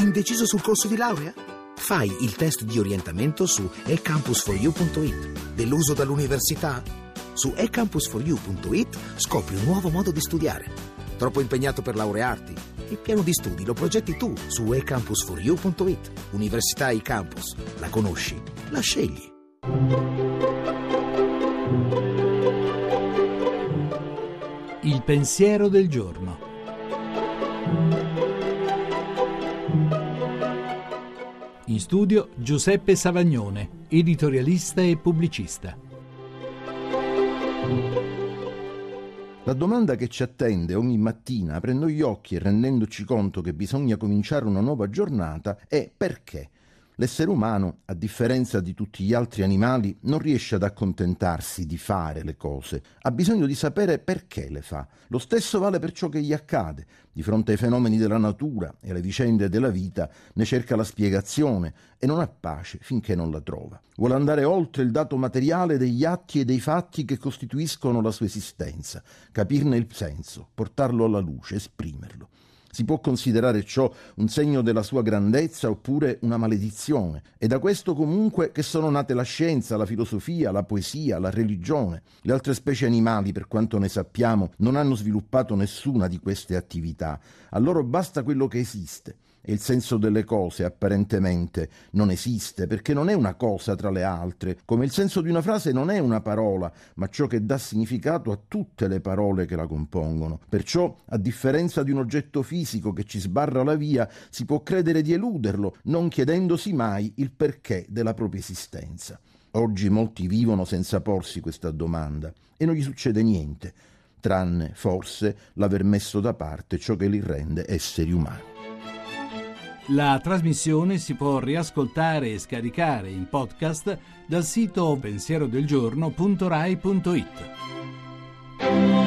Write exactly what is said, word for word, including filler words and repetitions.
Indeciso sul corso di laurea? Fai il test di orientamento su e campus for you punto it. Deluso dall'università? Su e campus for you punto it scopri un nuovo modo di studiare. Troppo impegnato per laurearti? Il piano di studi lo progetti tu su e campus for you punto it. Università eCampus. La conosci? La scegli. Il pensiero del giorno. In studio Giuseppe Savagnone, editorialista e pubblicista. La domanda che ci attende ogni mattina, aprendo gli occhi e rendendoci conto che bisogna cominciare una nuova giornata, è perché? L'essere umano, a differenza di tutti gli altri animali, non riesce ad accontentarsi di fare le cose, ha bisogno di sapere perché le fa. Lo stesso vale per ciò che gli accade. Di fronte ai fenomeni della natura e alle vicende della vita ne cerca la spiegazione e non ha pace finché non la trova. Vuole andare oltre il dato materiale degli atti e dei fatti che costituiscono la sua esistenza, capirne il senso, portarlo alla luce, esprimerlo. Si può considerare ciò un segno della sua grandezza oppure una maledizione. È da questo comunque che sono nate la scienza, la filosofia, la poesia, la religione. Le altre specie animali, per quanto ne sappiamo, non hanno sviluppato nessuna di queste attività. A loro basta quello che esiste. E il senso delle cose apparentemente non esiste, perché non è una cosa tra le altre, come il senso di una frase non è una parola, ma ciò che dà significato a tutte le parole che la compongono. Perciò, a differenza di un oggetto fisico che ci sbarra la via, si può credere di eluderlo, non chiedendosi mai il perché della propria esistenza. Oggi molti vivono senza porsi questa domanda e non gli succede niente, tranne, forse, l'aver messo da parte ciò che li rende esseri umani. La trasmissione si può riascoltare e scaricare in podcast dal sito pensierodelgiorno punto rai punto it.